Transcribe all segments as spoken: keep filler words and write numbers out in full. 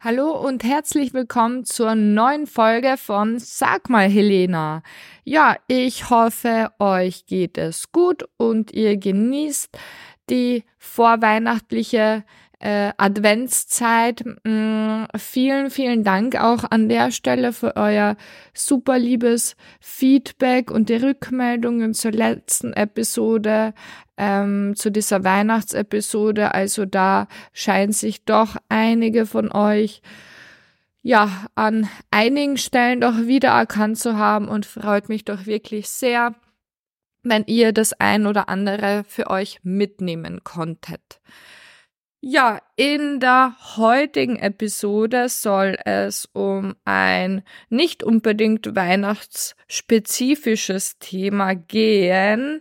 Hallo und herzlich willkommen zur neuen Folge von Sag mal, Helena. Ja, ich hoffe, euch geht es gut und ihr genießt die vorweihnachtliche äh, Adventszeit. Mm, vielen, vielen Dank auch an der Stelle für euer super liebes Feedback und die Rückmeldungen zur letzten Episode, ähm, zu dieser Weihnachtsepisode. Also da scheint sich doch einige von euch ja an einigen Stellen doch wiedererkannt zu haben und freut mich doch wirklich sehr, wenn ihr das ein oder andere für euch mitnehmen konntet. Ja, in der heutigen Episode soll es um ein nicht unbedingt weihnachtsspezifisches Thema gehen,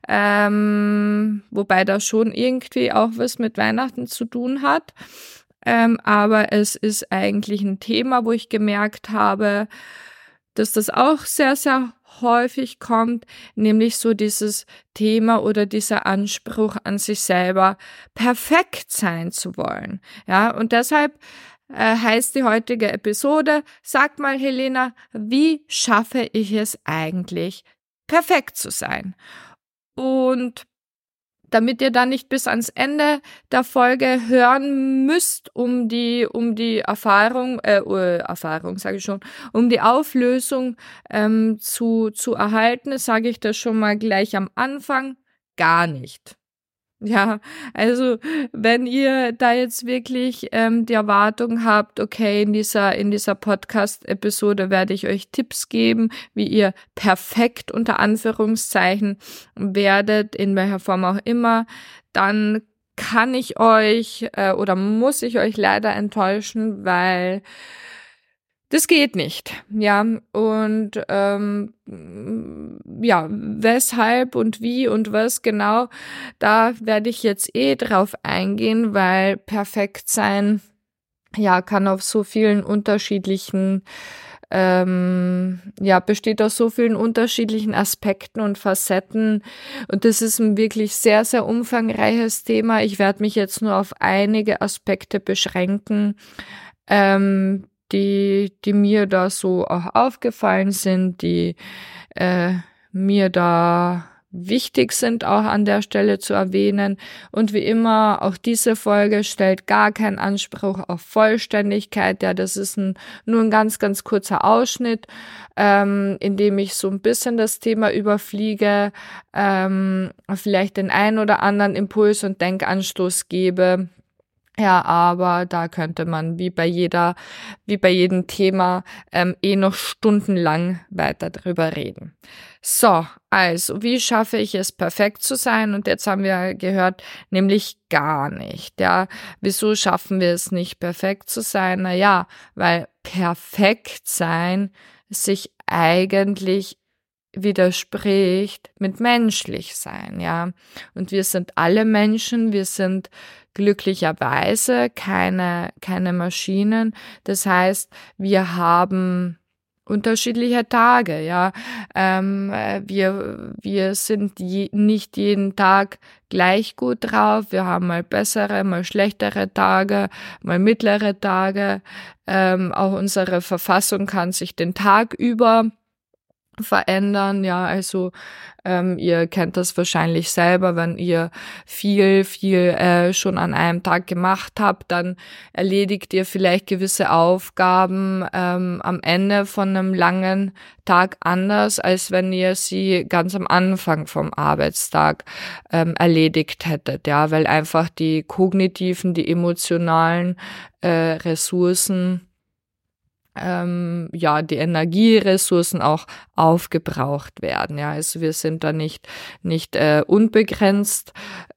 ähm, wobei das schon irgendwie auch was mit Weihnachten zu tun hat. Ähm, aber es ist eigentlich ein Thema, wo ich gemerkt habe, dass das auch sehr, sehr häufig kommt, nämlich so dieses Thema oder dieser Anspruch an sich selber, perfekt sein zu wollen. Ja, und deshalb äh, heißt die heutige Episode, sag mal, Helena, wie schaffe ich es eigentlich, perfekt zu sein? Und damit ihr dann nicht bis ans Ende der Folge hören müsst, um die um die Erfahrung, äh, Erfahrung sage ich schon, um die Auflösung ähm, zu zu erhalten, sage ich das schon mal gleich am Anfang, gar nicht. Ja, also wenn ihr da jetzt wirklich ähm, die Erwartung habt, okay, in dieser in dieser Podcast-Episode werde ich euch Tipps geben, wie ihr perfekt unter Anführungszeichen werdet, in welcher Form auch immer, dann kann ich euch äh, oder muss ich euch leider enttäuschen, weil das geht nicht, ja, und ähm, ja, weshalb und wie und was genau, da werde ich jetzt eh drauf eingehen, weil perfekt sein, ja, kann auf so vielen unterschiedlichen, ähm, ja, besteht aus so vielen unterschiedlichen Aspekten und Facetten und das ist ein wirklich sehr, sehr umfangreiches Thema. Ich werde mich jetzt nur auf einige Aspekte beschränken, ähm, die, die mir da so auch aufgefallen sind, die äh, mir da wichtig sind, auch an der Stelle zu erwähnen. Und wie immer, auch diese Folge stellt gar keinen Anspruch auf Vollständigkeit. Ja, das ist ein, nur ein ganz, ganz kurzer Ausschnitt, ähm, in dem ich so ein bisschen das Thema überfliege, ähm, vielleicht den einen oder anderen Impuls und Denkanstoß gebe. Ja, aber da könnte man wie bei jeder, wie bei jedem Thema ähm, eh noch stundenlang weiter drüber reden. So, also, wie schaffe ich es, perfekt zu sein? Und jetzt haben wir gehört, nämlich gar nicht. Ja, wieso schaffen wir es nicht, perfekt zu sein? Na ja, weil perfekt sein sich eigentlich widerspricht mit menschlich sein, ja. Und wir sind alle Menschen, wir sind glücklicherweise keine, keine Maschinen. Das heißt, wir haben unterschiedliche Tage, ja. Ähm, wir, wir sind je, nicht jeden Tag gleich gut drauf. Wir haben mal bessere, mal schlechtere Tage, mal mittlere Tage. Ähm, auch unsere Verfassung kann sich den Tag über verändern, ja, also ähm, ihr kennt das wahrscheinlich selber, wenn ihr viel, viel äh, schon an einem Tag gemacht habt, dann erledigt ihr vielleicht gewisse Aufgaben ähm, am Ende von einem langen Tag anders, als wenn ihr sie ganz am Anfang vom Arbeitstag ähm, erledigt hättet, ja, weil einfach die kognitiven, die emotionalen äh, Ressourcen ähm, ja, die Energieressourcen auch aufgebraucht werden. Ja, also wir sind da nicht, nicht äh, unbegrenzt,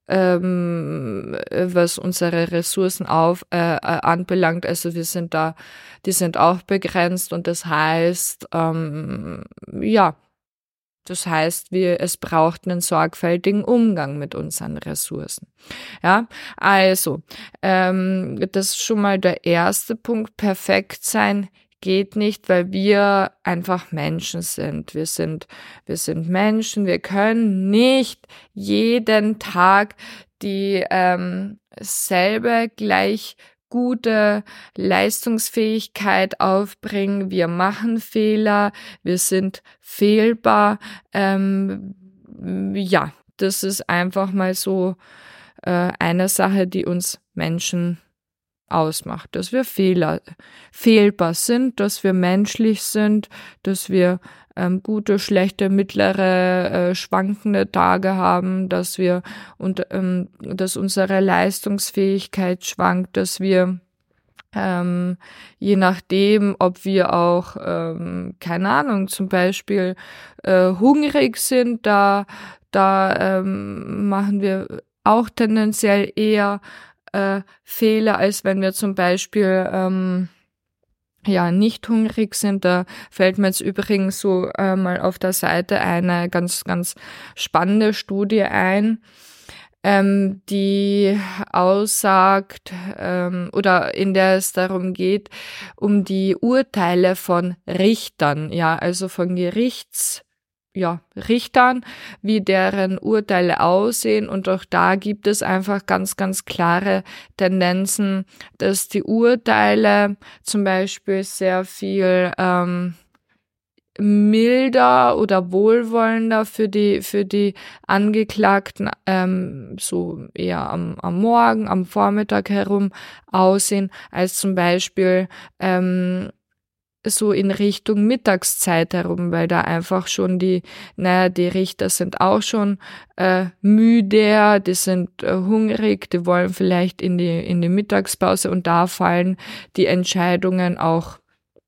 ähm, was unsere Ressourcen auf, äh, anbelangt. Also wir sind da, die sind auch begrenzt und das heißt, ähm, ja, das heißt, wir, es braucht einen sorgfältigen Umgang mit unseren Ressourcen. Ja, also, ähm, das ist schon mal der erste Punkt. Perfekt sein geht nicht, weil wir einfach Menschen sind. Wir sind, wir sind Menschen. Wir können nicht jeden Tag die ähm, selbe gleich gute Leistungsfähigkeit aufbringen. Wir machen Fehler, wir sind fehlbar. Ähm, ja, das ist einfach mal so äh, eine Sache, die uns Menschen ausmacht, dass wir Fehler, fehlbar sind, dass wir menschlich sind, dass wir ähm, gute, schlechte, mittlere, äh, schwankende Tage haben, dass wir und ähm, dass unsere Leistungsfähigkeit schwankt, dass wir ähm, je nachdem, ob wir auch, ähm, keine Ahnung, zum Beispiel äh, hungrig sind, da, da ähm, machen wir auch tendenziell eher äh, Fehler, als wenn wir zum Beispiel ähm, ja nicht hungrig sind. Da fällt mir jetzt übrigens so äh, mal auf der Seite eine ganz, ganz spannende Studie ein, ähm, die aussagt ähm, oder in der es darum geht, um die Urteile von Richtern, ja, also von Gerichts ja, Richtern, wie deren Urteile aussehen. Und auch da gibt es einfach ganz, ganz klare Tendenzen, dass die Urteile zum Beispiel sehr viel ähm, milder oder wohlwollender für die für die Angeklagten ähm, so eher am, am Morgen, am Vormittag herum aussehen, als zum Beispiel ähm, so in Richtung Mittagszeit herum, weil da einfach schon die, naja, die Richter sind auch schon äh, müde, die sind äh, hungrig, die wollen vielleicht in die in die Mittagspause und da fallen die Entscheidungen auch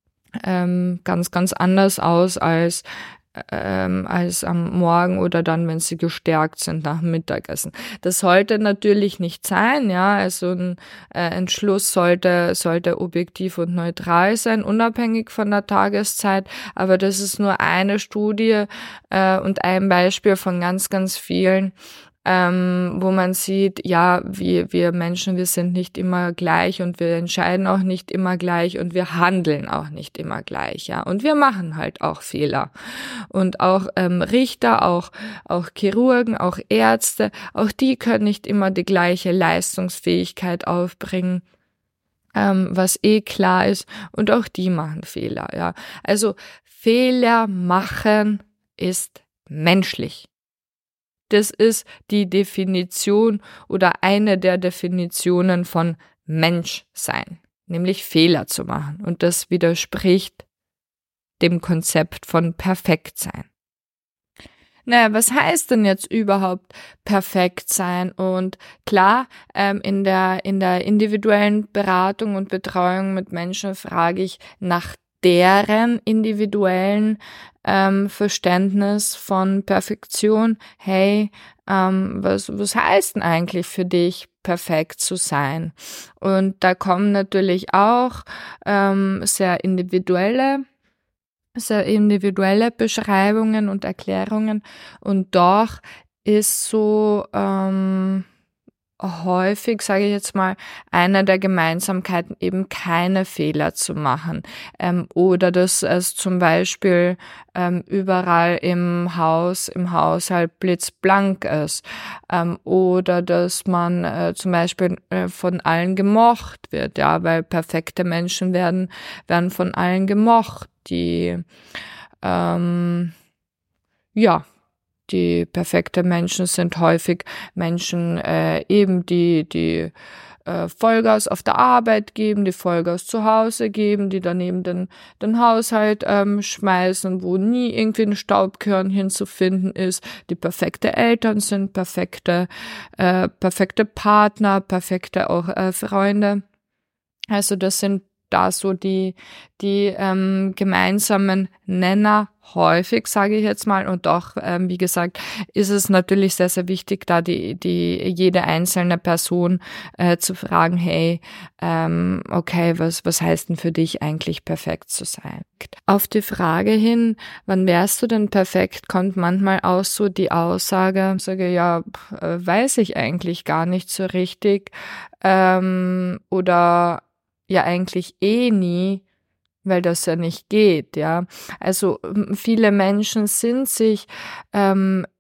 ähm, ganz, ganz anders aus als ähm, als am Morgen oder dann, wenn sie gestärkt sind nach dem Mittagessen. Das sollte natürlich nicht sein, ja, also ein äh, Entschluss sollte, sollte objektiv und neutral sein, unabhängig von der Tageszeit, aber das ist nur eine Studie äh, und ein Beispiel von ganz, ganz vielen, ähm, wo man sieht, ja, wir, wir Menschen, wir sind nicht immer gleich und wir entscheiden auch nicht immer gleich und wir handeln auch nicht immer gleich, ja, und wir machen halt auch Fehler. Und auch ähm, Richter, auch, auch Chirurgen, auch Ärzte, auch die können nicht immer die gleiche Leistungsfähigkeit aufbringen, ähm, was eh klar ist, und auch die machen Fehler, ja. Also Fehler machen ist menschlich. Das ist die Definition oder eine der Definitionen von Menschsein, nämlich Fehler zu machen. Und das widerspricht dem Konzept von Perfektsein. Naja, was heißt denn jetzt überhaupt perfekt sein? Und klar, ähm, in der, in der individuellen Beratung und Betreuung mit Menschen frage ich nach deren individuellen ähm, Verständnis von Perfektion. Hey, ähm, was, was heißt denn eigentlich für dich, perfekt zu sein? Und da kommen natürlich auch ähm, sehr individuelle sehr individuelle Beschreibungen und Erklärungen, und doch ist so ähm, häufig, sage ich jetzt mal, eine der Gemeinsamkeiten eben keine Fehler zu machen, ähm, oder dass es zum Beispiel ähm, überall im Haus, im Haushalt blitzblank ist, ähm, oder dass man äh, zum Beispiel äh, von allen gemocht wird, ja, weil perfekte Menschen werden, werden von allen gemocht, die ähm, ja, die perfekte Menschen sind häufig Menschen äh, eben, die die äh, Vollgas auf der Arbeit geben, die Vollgas zu Hause geben, die daneben den, den Haushalt ähm, schmeißen, wo nie irgendwie ein Staubkörnchen zu finden ist, die perfekte Eltern sind, perfekte, äh, perfekte Partner, perfekte auch äh, Freunde. Also das sind da so die, die ähm, gemeinsamen Nenner häufig, sage ich jetzt mal. Und doch, ähm, wie gesagt, ist es natürlich sehr, sehr wichtig, da die, die jede einzelne Person äh, zu fragen, hey, ähm, okay, was, was heißt denn für dich eigentlich perfekt zu sein? Auf die Frage hin, wann wärst du denn perfekt, kommt manchmal auch so die Aussage, sage ja, äh, weiß ich eigentlich gar nicht so richtig, ähm, oder ja eigentlich eh nie, weil das ja nicht geht, ja. Also viele Menschen sind sich ähm,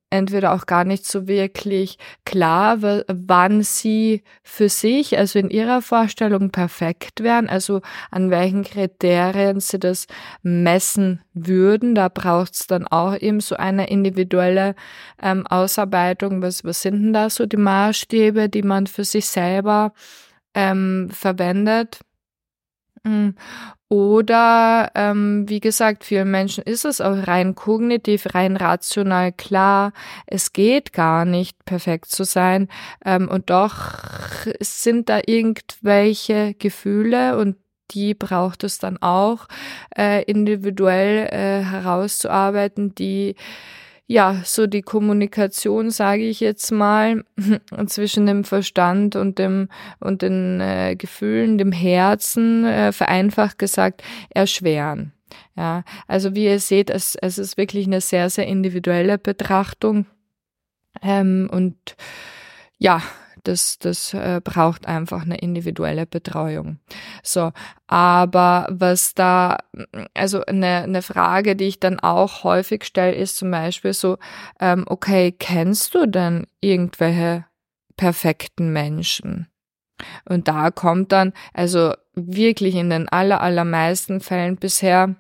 entweder auch gar nicht so wirklich klar, w- wann sie für sich, also in ihrer Vorstellung perfekt wären, also an welchen Kriterien sie das messen würden. Da braucht es dann auch eben so eine individuelle ähm, Ausarbeitung. Was, was sind denn da so die Maßstäbe, die man für sich selber ähm, verwendet? Mm. Oder, ähm, wie gesagt, vielen Menschen ist es auch rein kognitiv, rein rational klar, es geht gar nicht perfekt zu sein, ähm, und doch sind da irgendwelche Gefühle und die braucht es dann auch äh, individuell äh, herauszuarbeiten, die ja, so die Kommunikation, sage ich jetzt mal, zwischen dem Verstand und dem und den äh, Gefühlen, dem Herzen, äh, vereinfacht gesagt, erschweren. Ja, also wie ihr seht, es, es ist wirklich eine sehr, sehr individuelle Betrachtung. Ähm, und ja, das, das äh, braucht einfach eine individuelle Betreuung. So, aber was da, also eine, eine Frage, die ich dann auch häufig stelle, ist zum Beispiel so, ähm, okay, kennst du denn irgendwelche perfekten Menschen? Und da kommt dann, also wirklich in den aller, allermeisten Fällen bisher,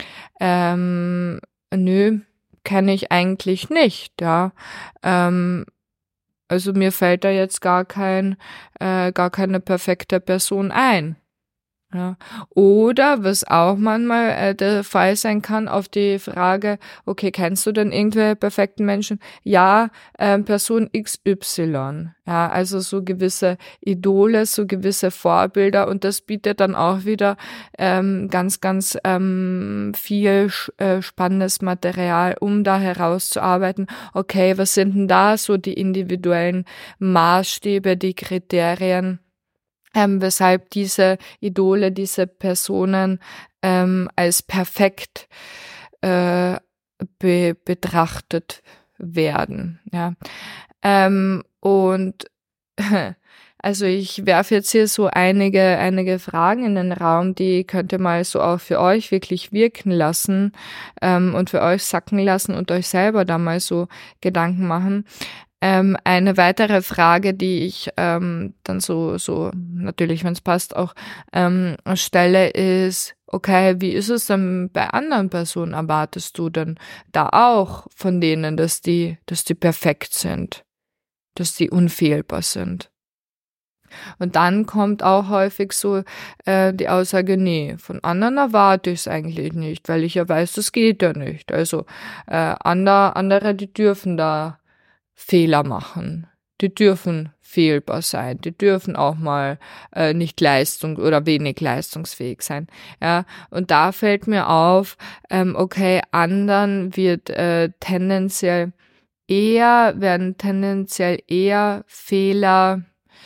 ähm, nö, kenne ich eigentlich nicht, ja. Ähm, also mir fällt da jetzt gar kein, äh, gar keine perfekte Person ein. Ja. Oder was auch manchmal äh, der Fall sein kann, auf die Frage, okay, kennst du denn irgendwelche perfekten Menschen? Ja, ähm, Person X Y. Ja, also so gewisse Idole, so gewisse Vorbilder und das bietet dann auch wieder ähm, ganz, ganz ähm, viel äh, spannendes Material, um da herauszuarbeiten, okay, was sind denn da so die individuellen Maßstäbe, die Kriterien, ähm, weshalb diese Idole, diese Personen ähm, als perfekt äh, be betrachtet werden. Ja. Ähm, und also ich werfe jetzt hier so einige, einige Fragen in den Raum, die könnt ihr mal so auch für euch wirklich wirken lassen ähm, und für euch sacken lassen und euch selber da mal so Gedanken machen. Ähm, eine weitere Frage, die ich ähm, dann so, so natürlich, wenn es passt, auch ähm, stelle, ist, okay, wie ist es denn bei anderen Personen? Erwartest du denn da auch von denen, dass die, dass die perfekt sind, dass die unfehlbar sind? Und dann kommt auch häufig so äh, die Aussage, nee, von anderen erwarte ich es eigentlich nicht, weil ich ja weiß, das geht ja nicht. Also äh, andere, andere, die dürfen da Fehler machen. Die dürfen fehlbar sein. Die dürfen auch mal äh, nicht leistung oder wenig leistungsfähig sein. Ja, und da fällt mir auf, ähm, okay, anderen wird äh, tendenziell eher, werden tendenziell eher Fehler,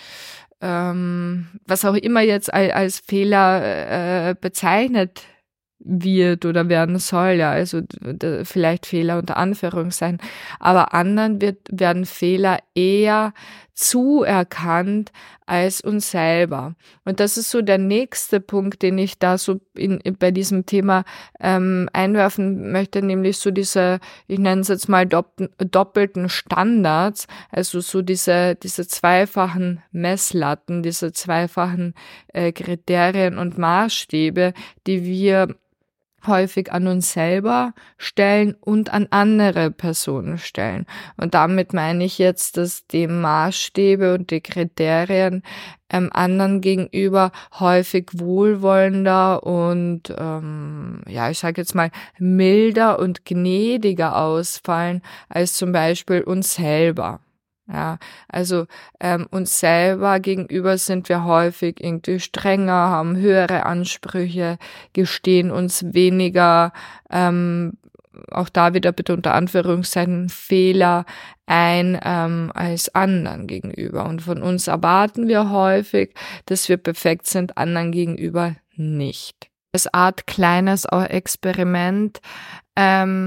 ähm, was auch immer jetzt als, als Fehler äh, bezeichnet wird oder werden soll, ja, also d- vielleicht Fehler unter Anführungszeichen, aber anderen wird, werden Fehler eher zuerkannt als uns selber. Und das ist so der nächste Punkt, den ich da so in, in bei diesem Thema ähm, einwerfen möchte, nämlich so diese, ich nenne es jetzt mal dopp- doppelten Standards, also so diese, diese zweifachen Messlatten, diese zweifachen äh, Kriterien und Maßstäbe, die wir häufig an uns selber stellen und an andere Personen stellen. Und damit meine ich jetzt, dass die Maßstäbe und die Kriterien ähm, anderen gegenüber häufig wohlwollender und, ähm, ja, ich sage jetzt mal, milder und gnädiger ausfallen als zum Beispiel uns selber. Ja, also ähm, uns selber gegenüber sind wir häufig irgendwie strenger, haben höhere Ansprüche, gestehen uns weniger, ähm, auch da wieder bitte unter Anführungszeichen, Fehler ein ähm, als anderen gegenüber. Und von uns erwarten wir häufig, dass wir perfekt sind, anderen gegenüber nicht. Als Art kleines auch Experiment ähm,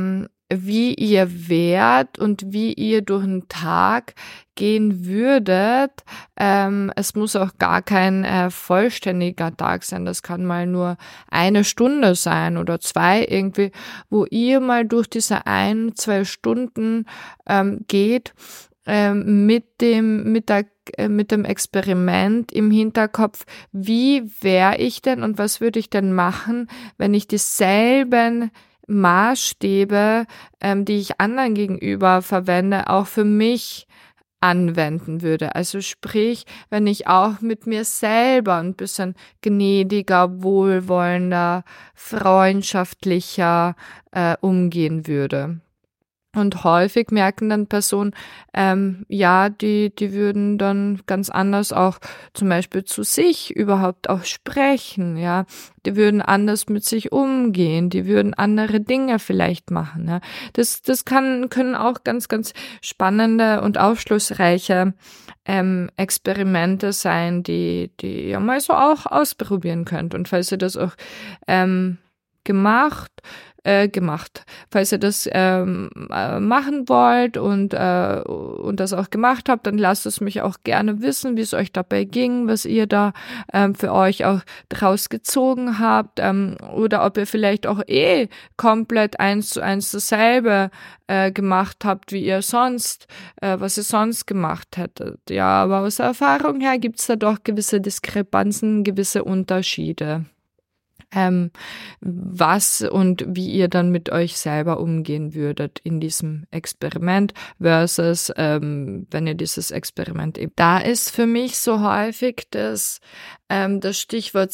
wie ihr wärt und wie ihr durch den Tag gehen würdet. Ähm, es muss auch gar kein äh, vollständiger Tag sein. Das kann mal nur eine Stunde sein oder zwei irgendwie, wo ihr mal durch diese ein, zwei Stunden ähm, geht ähm, mit dem, mit der äh, mit dem Experiment im Hinterkopf, wie wäre ich denn und was würde ich denn machen, wenn ich dieselben Maßstäbe, ähm, die ich anderen gegenüber verwende, auch für mich anwenden würde. Also sprich, wenn ich auch mit mir selber ein bisschen gnädiger, wohlwollender, freundschaftlicher äh, umgehen würde. Und häufig merken dann Personen, ähm, ja, die, die würden dann ganz anders auch zum Beispiel zu sich überhaupt auch sprechen, ja. Die würden anders mit sich umgehen, die würden andere Dinge vielleicht machen, ja. Das, das kann, können auch ganz, ganz spannende und aufschlussreiche ähm, Experimente sein, die, die ihr mal so auch ausprobieren könnt. Und falls ihr das auch ähm, gemacht Äh, gemacht. Falls ihr das ähm, äh, machen wollt und, äh, und das auch gemacht habt, dann lasst es mich auch gerne wissen, wie es euch dabei ging, was ihr da ähm, für euch auch draus gezogen habt ähm, oder ob ihr vielleicht auch eh komplett eins zu eins dasselbe äh, gemacht habt, wie ihr sonst, äh, was ihr sonst gemacht hättet. Ja, aber aus der Erfahrung her gibt es da doch gewisse Diskrepanzen, gewisse Unterschiede. Ähm, was und wie ihr dann mit euch selber umgehen würdet in diesem Experiment versus ähm, wenn ihr dieses Experiment eben. Da ist für mich so häufig das, ähm, das Stichwort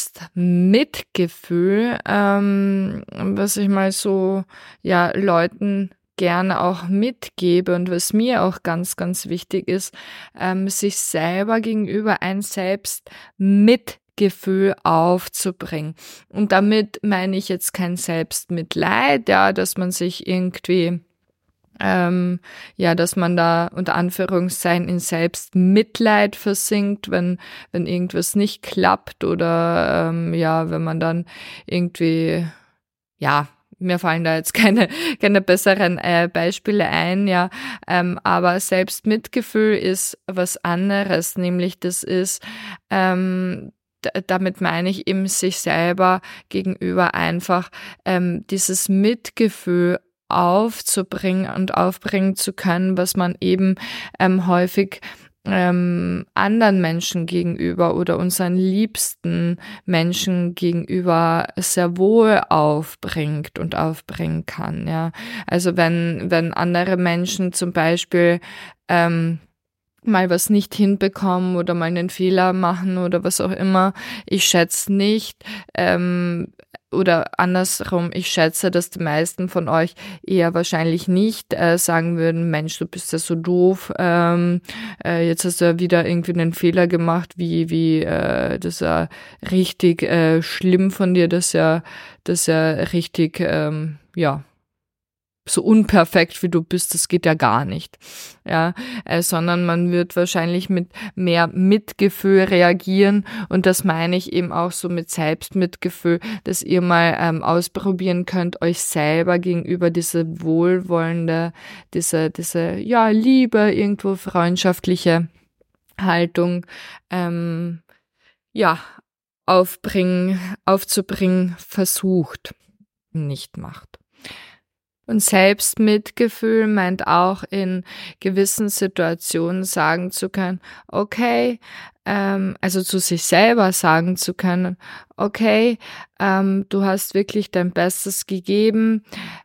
Selbstmitgefühl, ähm, was ich mal so ja Leuten gerne auch mitgebe und was mir auch ganz, ganz wichtig ist, ähm, sich selber gegenüber ein Selbstmitgefühl Gefühl aufzubringen. Und damit meine ich jetzt kein Selbstmitleid, ja, dass man sich irgendwie, ähm, ja, dass man da unter Anführungszeichen in Selbstmitleid versinkt, wenn, wenn irgendwas nicht klappt oder, ähm, ja, wenn man dann irgendwie, ja, mir fallen da jetzt keine, keine besseren äh, Beispiele ein, ja, ähm, aber Selbstmitgefühl ist was anderes, nämlich das ist, ähm, damit meine ich eben sich selber gegenüber einfach ähm, dieses Mitgefühl aufzubringen und aufbringen zu können, was man eben ähm, häufig ähm, anderen Menschen gegenüber oder unseren liebsten Menschen gegenüber sehr wohl aufbringt und aufbringen kann. Ja, also wenn wenn andere Menschen zum Beispiel ähm, mal was nicht hinbekommen oder mal einen Fehler machen oder was auch immer. Ich schätze nicht, ähm, oder andersrum, ich schätze, dass die meisten von euch eher wahrscheinlich nicht äh, sagen würden, Mensch, du bist ja so doof, ähm, äh, jetzt hast du ja wieder irgendwie einen Fehler gemacht, wie, wie, äh, das ist ja richtig äh, schlimm von dir, das ist ja, das ist ja richtig, ähm, ja, so unperfekt wie du bist, das geht ja gar nicht, ja, äh, sondern man wird wahrscheinlich mit mehr Mitgefühl reagieren und das meine ich eben auch so mit Selbstmitgefühl, dass ihr mal ähm, ausprobieren könnt, euch selber gegenüber diese wohlwollende, diese, diese, ja, Liebe, irgendwo freundschaftliche Haltung, ähm, ja, aufbringen, aufzubringen, versucht, nicht macht. Und Selbstmitgefühl meint auch in gewissen Situationen sagen zu können, okay, ähm, also zu sich selber sagen zu können, okay, ähm, du hast wirklich dein Bestes gegeben,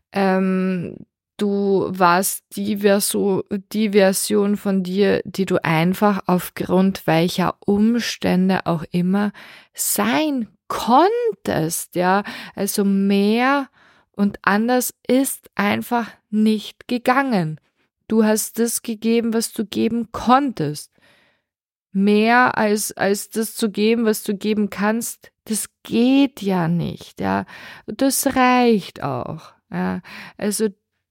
ähm, du warst die Version, die Version von dir, die du einfach aufgrund welcher Umstände auch immer sein konntest, ja, also mehr und anders ist einfach nicht gegangen. Du hast das gegeben, was du geben konntest. Mehr als, als das zu geben, was du geben kannst, das geht ja nicht, ja. Das reicht auch, ja. Also,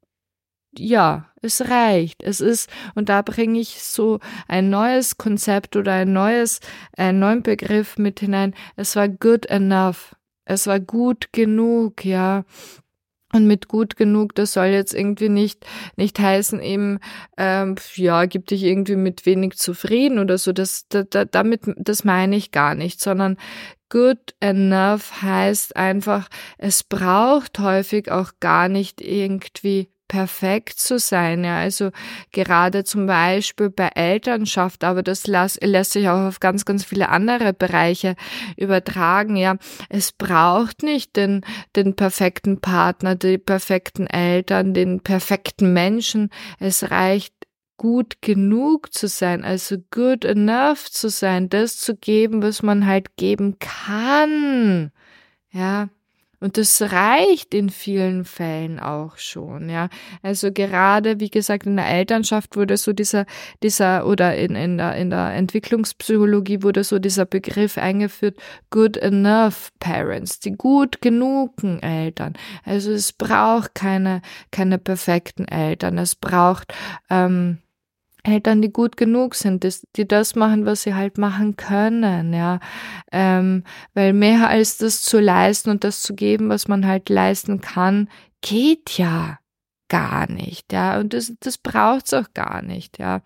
ja, es reicht. Es ist, und da bringe ich so ein neues Konzept oder ein neues, einen neuen Begriff mit hinein. Es war good enough. Es war gut genug, ja. Und mit gut genug, das soll jetzt irgendwie nicht nicht heißen, eben, ähm, ja, gib dich irgendwie mit wenig zufrieden oder so. Das, da, da, damit, das meine ich gar nicht, sondern good enough heißt einfach, es braucht häufig auch gar nicht irgendwie perfekt zu sein, ja, also gerade zum Beispiel bei Elternschaft, aber das las, lässt sich auch auf ganz, ganz viele andere Bereiche übertragen, ja, es braucht nicht den, den perfekten Partner, die perfekten Eltern, den perfekten Menschen, es reicht gut genug zu sein, also good enough zu sein, das zu geben, was man halt geben kann, ja. Und das reicht in vielen Fällen auch schon, ja. Also gerade, wie gesagt, in der Elternschaft wurde so dieser, dieser, oder in, in der, in der Entwicklungspsychologie wurde so dieser Begriff eingeführt, good enough parents, die gut genugen Eltern. Also es braucht keine, keine perfekten Eltern. Es braucht, ähm, Eltern, die gut genug sind, die das machen, was sie halt machen können, ja, ähm, weil mehr als das zu leisten und das zu geben, was man halt leisten kann, geht ja gar nicht, ja, und das, das braucht's auch gar nicht, ja.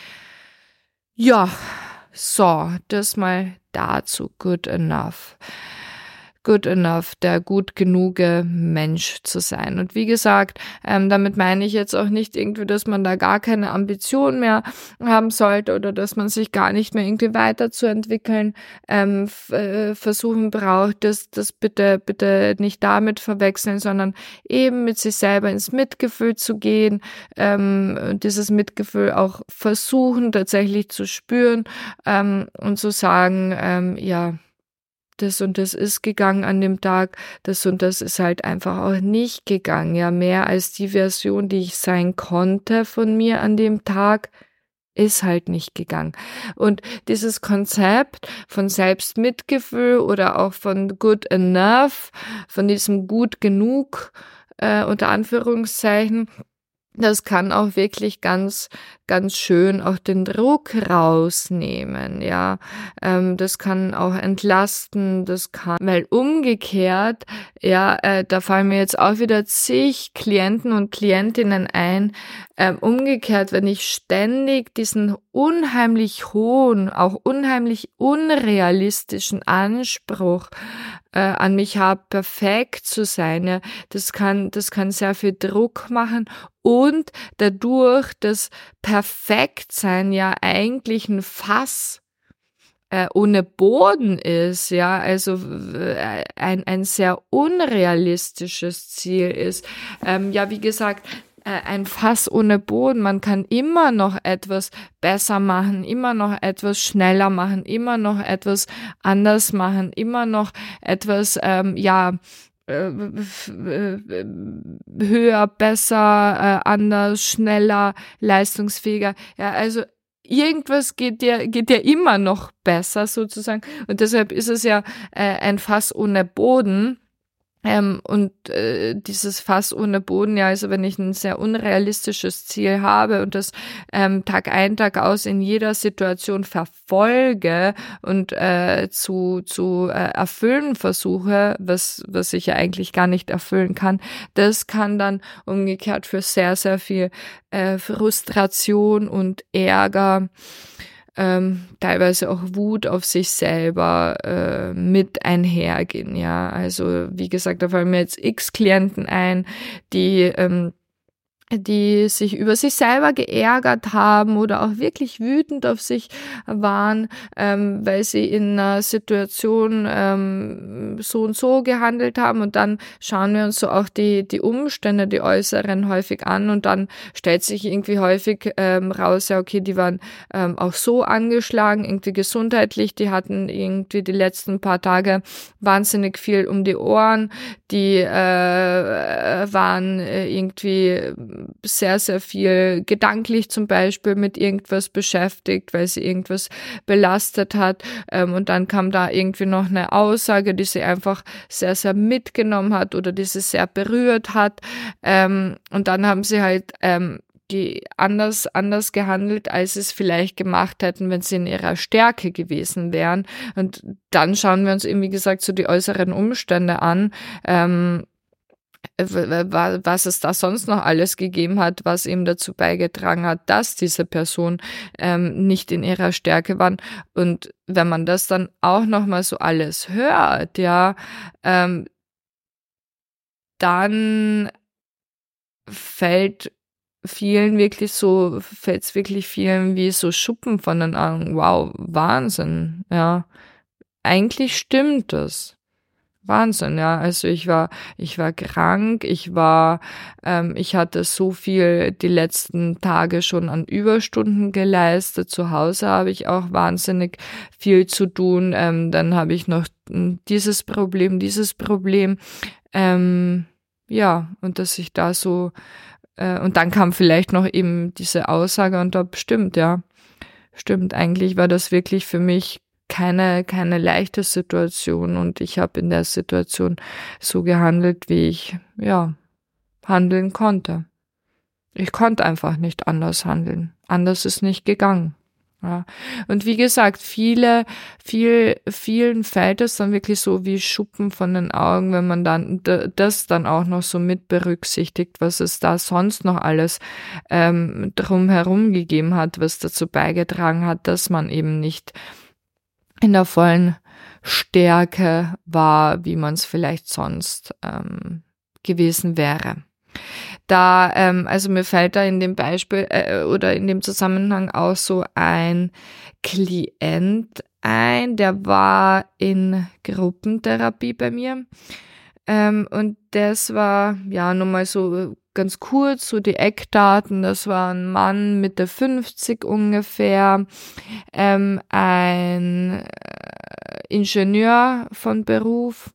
Ja, so, das mal dazu, good enough. Good enough, der gut genuge Mensch zu sein. Und wie gesagt, ähm, damit meine ich jetzt auch nicht irgendwie, dass man da gar keine Ambition mehr haben sollte oder dass man sich gar nicht mehr irgendwie weiterzuentwickeln ähm, f- äh, versuchen braucht. Das, das bitte, bitte nicht damit verwechseln, sondern eben mit sich selber ins Mitgefühl zu gehen, ähm, dieses Mitgefühl auch versuchen tatsächlich zu spüren ähm, und zu sagen, ähm, ja, das und das ist gegangen an dem Tag, das und das ist halt einfach auch nicht gegangen. Ja, mehr als die Version, die ich sein konnte von mir an dem Tag, ist halt nicht gegangen. Und dieses Konzept von Selbstmitgefühl oder auch von good enough, von diesem gut genug, äh, unter Anführungszeichen, das kann auch wirklich ganz, ganz schön auch den Druck rausnehmen, ja. Ähm, das kann auch entlasten, das kann, weil umgekehrt, ja, äh, da fallen mir jetzt auch wieder zig Klienten und Klientinnen ein, ähm, umgekehrt, wenn ich ständig diesen unheimlich hohen, auch unheimlich unrealistischen Anspruch äh, an mich habe, perfekt zu sein, ja, das kann, das kann sehr viel Druck machen und dadurch, dass Perfektsein ja eigentlich ein Fass äh, ohne Boden ist, ja, also äh, ein, ein sehr unrealistisches Ziel ist. Ähm, ja, wie gesagt, äh, ein Fass ohne Boden. Man kann immer noch etwas besser machen, immer noch etwas schneller machen, immer noch etwas anders machen, immer noch etwas, ähm, ja, äh, höher, besser, äh, anders, schneller, leistungsfähiger. Ja, also irgendwas geht ja, geht ja immer noch besser sozusagen. Und deshalb ist es ja äh, ein Fass ohne Boden. Ähm, und äh, dieses Fass ohne Boden, ja, also wenn ich ein sehr unrealistisches Ziel habe und das ähm, Tag ein, Tag aus in jeder Situation verfolge und äh, zu zu äh, erfüllen versuche, was was ich ja eigentlich gar nicht erfüllen kann, das kann dann umgekehrt für sehr, sehr viel äh, Frustration und Ärger, ähm, teilweise auch Wut auf sich selber äh, mit einhergehen, ja. Also wie gesagt, da fallen mir jetzt x Klienten ein, die ähm, die sich über sich selber geärgert haben oder auch wirklich wütend auf sich waren, ähm, weil sie in einer Situation ähm, so und so gehandelt haben, und dann schauen wir uns so auch die die Umstände, die äußeren häufig an, und dann stellt sich irgendwie häufig ähm, raus, ja okay, die waren ähm, auch so angeschlagen, irgendwie gesundheitlich, die hatten irgendwie die letzten paar Tage wahnsinnig viel um die Ohren, die äh, waren äh, irgendwie sehr, sehr viel gedanklich zum Beispiel mit irgendwas beschäftigt, weil sie irgendwas belastet hat. Ähm, und dann kam da irgendwie noch eine Aussage, die sie einfach sehr, sehr mitgenommen hat oder die sie sehr berührt hat. Ähm, und dann haben sie halt ähm, die anders, anders gehandelt, als sie es vielleicht gemacht hätten, wenn sie in ihrer Stärke gewesen wären. Und dann schauen wir uns eben, wie gesagt, so die äußeren Umstände an. Ähm, was es da sonst noch alles gegeben hat, was ihm dazu beigetragen hat, dass diese Person ähm, nicht in ihrer Stärke war. Und wenn man das dann auch nochmal so alles hört, ja, ähm, dann fällt vielen wirklich so, fällt es wirklich vielen wie so Schuppen von den Augen. Wow, Wahnsinn, ja. Eigentlich stimmt das. Wahnsinn, ja. Also ich war, ich war krank, ich war, ähm, ich hatte so viel die letzten Tage schon an Überstunden geleistet. Zu Hause habe ich auch wahnsinnig viel zu tun. Ähm, dann habe ich noch dieses Problem, dieses Problem. Ähm, ja, und dass ich da so, äh, und dann kam vielleicht noch eben diese Aussage und da stimmt, ja. Stimmt, eigentlich war das wirklich für mich keine keine leichte Situation und ich habe in der Situation so gehandelt, wie ich, ja, handeln konnte. Ich konnte einfach nicht anders handeln. Anders ist nicht gegangen. Ja. Und wie gesagt, viele, viel, vielen fällt es dann wirklich so wie Schuppen von den Augen, wenn man dann d- das dann auch noch so mit berücksichtigt, was es da sonst noch alles ähm, drumherum gegeben hat, was dazu beigetragen hat, dass man eben nicht in der vollen Stärke war, wie man es vielleicht sonst ähm, gewesen wäre. Da, ähm, also mir fällt da in dem Beispiel äh, oder in dem Zusammenhang auch so ein Klient ein, der war in Gruppentherapie bei mir. Ähm, und das war, ja, nur mal so ganz kurz, so die Eckdaten. Das war ein Mann Mitte fünfzig ungefähr, ähm, ein äh, Ingenieur von Beruf.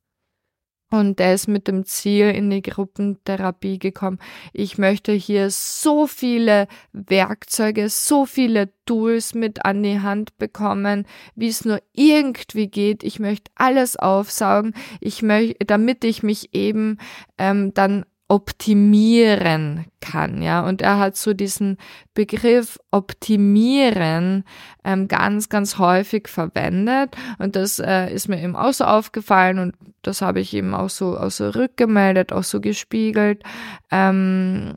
Und der ist mit dem Ziel in die Gruppentherapie gekommen. Ich möchte hier so viele Werkzeuge, so viele Tools mit an die Hand bekommen, wie es nur irgendwie geht. Ich möchte alles aufsaugen, ich möchte, damit ich mich eben ähm, dann optimieren kann, ja, und er hat so diesen Begriff optimieren ähm, ganz, ganz häufig verwendet und das äh, ist mir eben auch so aufgefallen und das habe ich eben auch so, auch so rückgemeldet, auch so gespiegelt, ähm,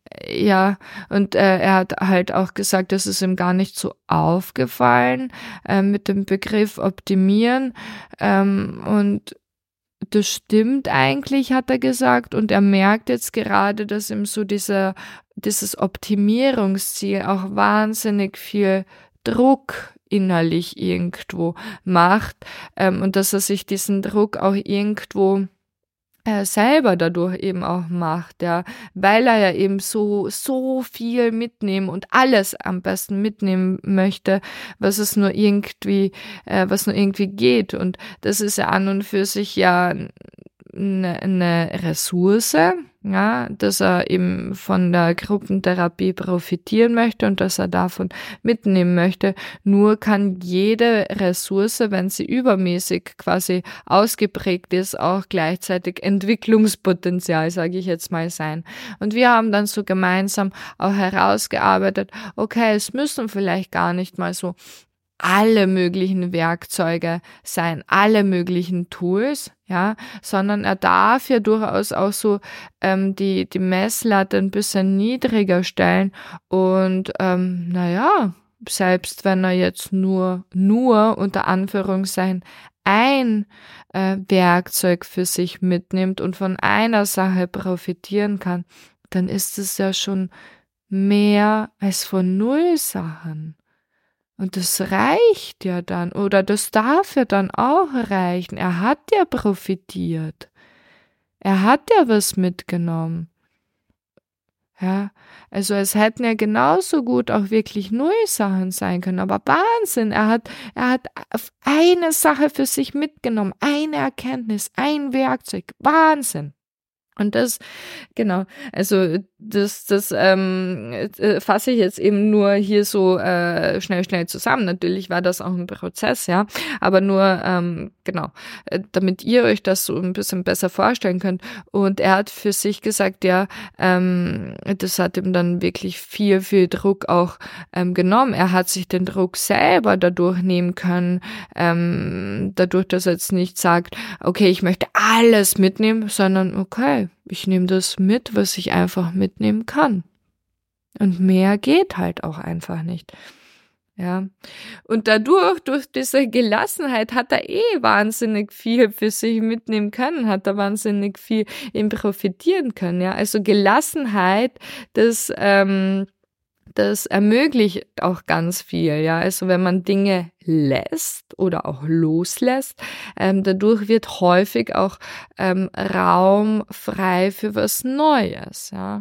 ja, und äh, er hat halt auch gesagt, das ist ihm gar nicht so aufgefallen äh, mit dem Begriff optimieren ähm, und das stimmt eigentlich, hat er gesagt, und er merkt jetzt gerade, dass ihm so dieser, dieses Optimierungsziel auch wahnsinnig viel Druck innerlich irgendwo macht ähm, und dass er sich diesen Druck auch irgendwo äh, selber dadurch eben auch macht, ja, weil er ja eben so, so viel mitnehmen und alles am besten mitnehmen möchte, was es nur irgendwie, äh, was nur irgendwie geht. Und das ist ja an und für sich ja eine, eine Ressource, ja, dass er eben von der Gruppentherapie profitieren möchte und dass er davon mitnehmen möchte. Nur kann jede Ressource, wenn sie übermäßig quasi ausgeprägt ist, auch gleichzeitig Entwicklungspotenzial, sage ich jetzt mal, sein. Und wir haben dann so gemeinsam auch herausgearbeitet, okay, es müssen vielleicht gar nicht mal so alle möglichen Werkzeuge sein, alle möglichen Tools, ja, sondern er darf ja durchaus auch so ähm, die die Messlatte ein bisschen niedriger stellen und ähm, naja, selbst wenn er jetzt nur nur unter Anführungszeichen ein äh, Werkzeug für sich mitnimmt und von einer Sache profitieren kann, dann ist es ja schon mehr als von null Sachen. Und das reicht ja dann, oder das darf ja dann auch reichen. Er hat ja profitiert. Er hat ja was mitgenommen. Ja, also es hätten ja genauso gut auch wirklich null Sachen sein können, aber Wahnsinn, er hat, er hat eine Sache für sich mitgenommen, eine Erkenntnis, ein Werkzeug, Wahnsinn. Und das, genau, also das, das ähm, äh, fasse ich jetzt eben nur hier so äh, schnell, schnell zusammen. Natürlich war das auch ein Prozess, ja, aber nur, ähm, genau, äh, damit ihr euch das so ein bisschen besser vorstellen könnt. Und er hat für sich gesagt, ja, ähm, das hat ihm dann wirklich viel, viel Druck auch ähm, genommen. Er hat sich den Druck selber dadurch nehmen können, ähm, dadurch, dass er jetzt nicht sagt, okay, ich möchte alles mitnehme, sondern okay, ich nehme das mit, was ich einfach mitnehmen kann. Und mehr geht halt auch einfach nicht. Ja. Und dadurch, durch diese Gelassenheit, hat er eh wahnsinnig viel für sich mitnehmen können, hat er wahnsinnig viel eben profitieren können. Ja. Also Gelassenheit, das, ähm, das ermöglicht auch ganz viel. Ja. Also wenn man Dinge lässt oder auch loslässt, ähm, dadurch wird häufig auch ähm, Raum frei für was Neues. Ja.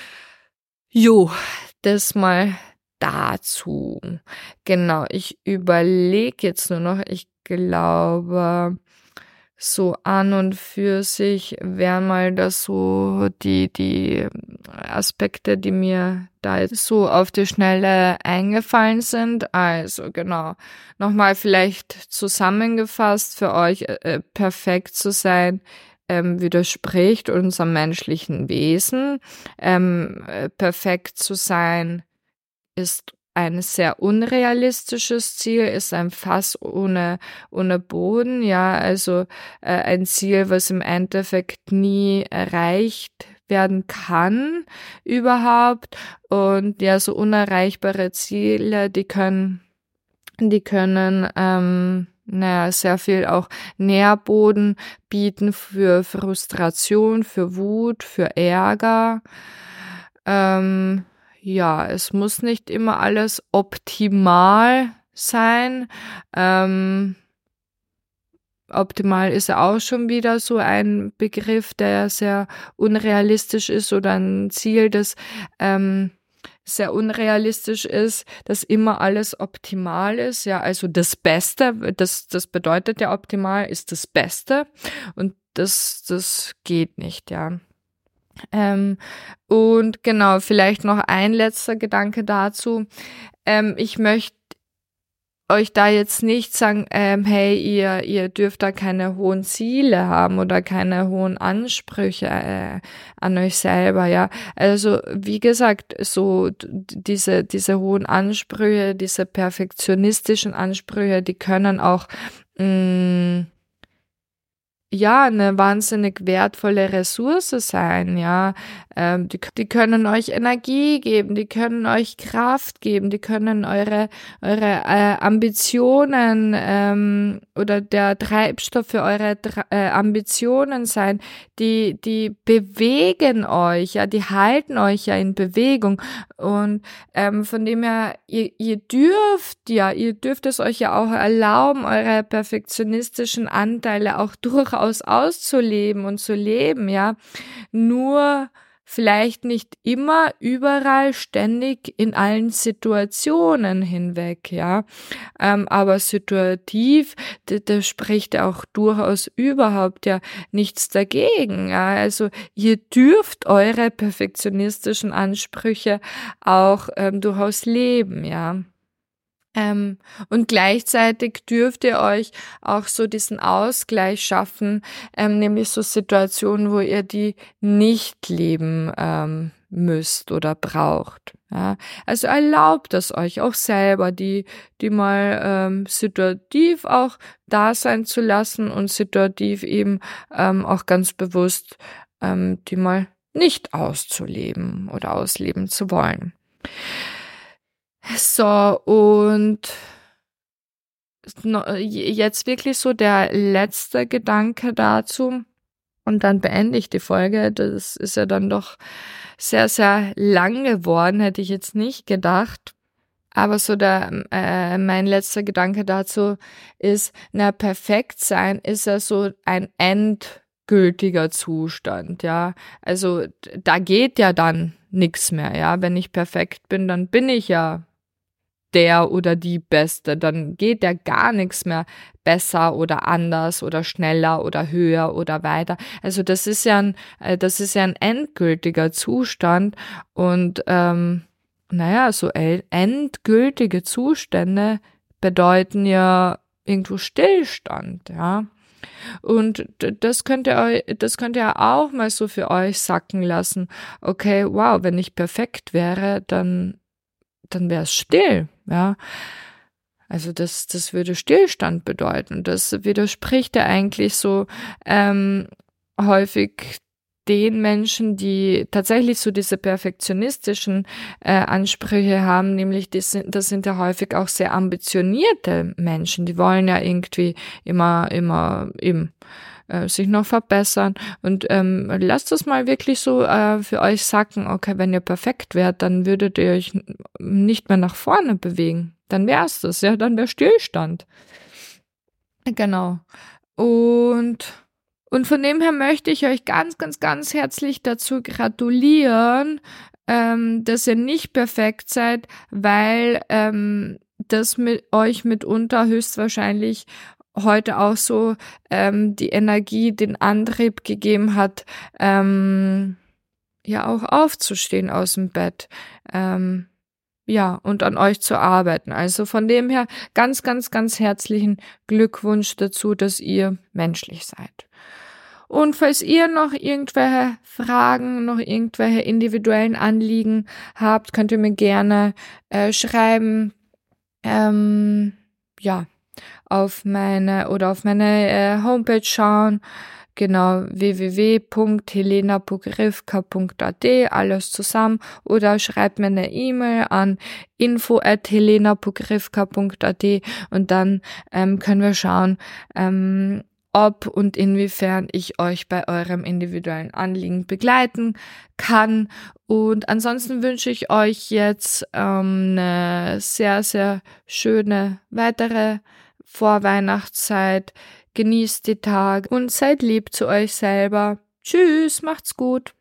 Jo, das mal dazu. Genau, ich überlege jetzt nur noch, ich glaube, so an und für sich wären mal das so die, die Aspekte, die mir da jetzt so auf die Schnelle eingefallen sind. Also genau, nochmal vielleicht zusammengefasst für euch, äh, perfekt zu sein, ähm, widerspricht unserem menschlichen Wesen. Ähm, äh, perfekt zu sein ist ein sehr unrealistisches Ziel, ist ein Fass ohne, ohne Boden, ja, also äh, ein Ziel, was im Endeffekt nie erreicht werden kann überhaupt. Und ja, so unerreichbare Ziele, die können, die können, ähm, naja, sehr viel auch Nährboden bieten für Frustration, für Wut, für Ärger. Ähm, ja, es muss nicht immer alles optimal sein. Ähm, optimal ist ja auch schon wieder so ein Begriff, der sehr unrealistisch ist oder ein Ziel, das ähm, sehr unrealistisch ist, dass immer alles optimal ist. Ja, also das Beste, das, das bedeutet ja optimal, ist das Beste. Und das, das geht nicht, ja. Ähm, und genau, vielleicht noch ein letzter Gedanke dazu. Ähm, ich möchte euch da jetzt nicht sagen, ähm, hey, ihr, ihr dürft da keine hohen Ziele haben oder keine hohen Ansprüche äh, an euch selber, ja. Also, wie gesagt, so diese, diese hohen Ansprüche, diese perfektionistischen Ansprüche, die können auch, mh, ja, eine wahnsinnig wertvolle Ressource sein, ja. Ähm, die, die können euch Energie geben, die können euch Kraft geben, die können eure, eure äh, Ambitionen ähm, oder der Treibstoff für eure äh, Ambitionen sein. Die, die bewegen euch, ja, die halten euch ja in Bewegung. Und ähm, von dem her, ihr, ihr dürft ja, ihr dürft es euch ja auch erlauben, eure perfektionistischen Anteile auch durchaus auszuleben und zu leben, ja. Nur vielleicht nicht immer, überall, ständig, in allen Situationen hinweg, ja. Ähm, aber situativ, da, da spricht auch durchaus überhaupt ja nichts dagegen, ja. Also ihr dürft eure perfektionistischen Ansprüche auch ähm, durchaus leben, ja. Ähm, und gleichzeitig dürft ihr euch auch so diesen Ausgleich schaffen, ähm, nämlich so Situationen, wo ihr die nicht leben ähm, müsst oder braucht. Ja? Also erlaubt es euch auch selber, die, die mal ähm, situativ auch da sein zu lassen und situativ eben ähm, auch ganz bewusst ähm, die mal nicht auszuleben oder ausleben zu wollen. So, und jetzt wirklich so der letzte Gedanke dazu und dann beende ich die Folge. Das ist ja dann doch sehr, sehr lang geworden, hätte ich jetzt nicht gedacht. Aber so der, äh, mein letzter Gedanke dazu ist, na, perfekt sein ist ja so ein endgültiger Zustand, ja. Also da geht ja dann nichts mehr, ja. Wenn ich perfekt bin, dann bin ich ja der oder die Beste, dann geht ja gar nichts mehr besser oder anders oder schneller oder höher oder weiter. Also das ist ja ein, das ist ja ein endgültiger Zustand und ähm, naja, so endgültige Zustände bedeuten ja irgendwo Stillstand, ja. Und das könnt ihr euch, das könnt ihr auch mal so für euch sacken lassen. Okay, wow, wenn ich perfekt wäre, dann dann wäre es still, ja. Also das, das würde Stillstand bedeuten. Das widerspricht ja eigentlich so ähm, häufig den Menschen, die tatsächlich so diese perfektionistischen äh, Ansprüche haben, nämlich das sind, das sind ja häufig auch sehr ambitionierte Menschen, die wollen ja irgendwie immer, immer eben äh, sich noch verbessern und ähm, lasst das mal wirklich so äh, für euch sacken, okay, wenn ihr perfekt wärt, dann würdet ihr euch nicht mehr nach vorne bewegen, dann wär's das, ja, dann wär Stillstand. Genau. Und Und von dem her möchte ich euch ganz, ganz, ganz herzlich dazu gratulieren, ähm, dass ihr nicht perfekt seid, weil ähm, das mit euch mitunter höchstwahrscheinlich heute auch so ähm, die Energie, den Antrieb gegeben hat, ähm, ja auch aufzustehen aus dem Bett. Ähm, ja, und an euch zu arbeiten. Also von dem her ganz, ganz, ganz herzlichen Glückwunsch dazu, dass ihr menschlich seid. Und falls ihr noch irgendwelche Fragen, noch irgendwelche individuellen Anliegen habt, könnt ihr mir gerne äh, schreiben, ähm, ja, auf meine oder auf meine äh, Homepage schauen. Genau, w w w punkt helena pogrivka punkt a d, alles zusammen, oder schreibt mir eine E-Mail an info at helena pogrivka punkt a d und dann ähm, können wir schauen, ähm, ob und inwiefern ich euch bei eurem individuellen Anliegen begleiten kann. Und ansonsten wünsche ich euch jetzt ähm, eine sehr, sehr schöne weitere Vorweihnachtszeit. Genießt die Tage und seid lieb zu euch selber. Tschüss, macht's gut.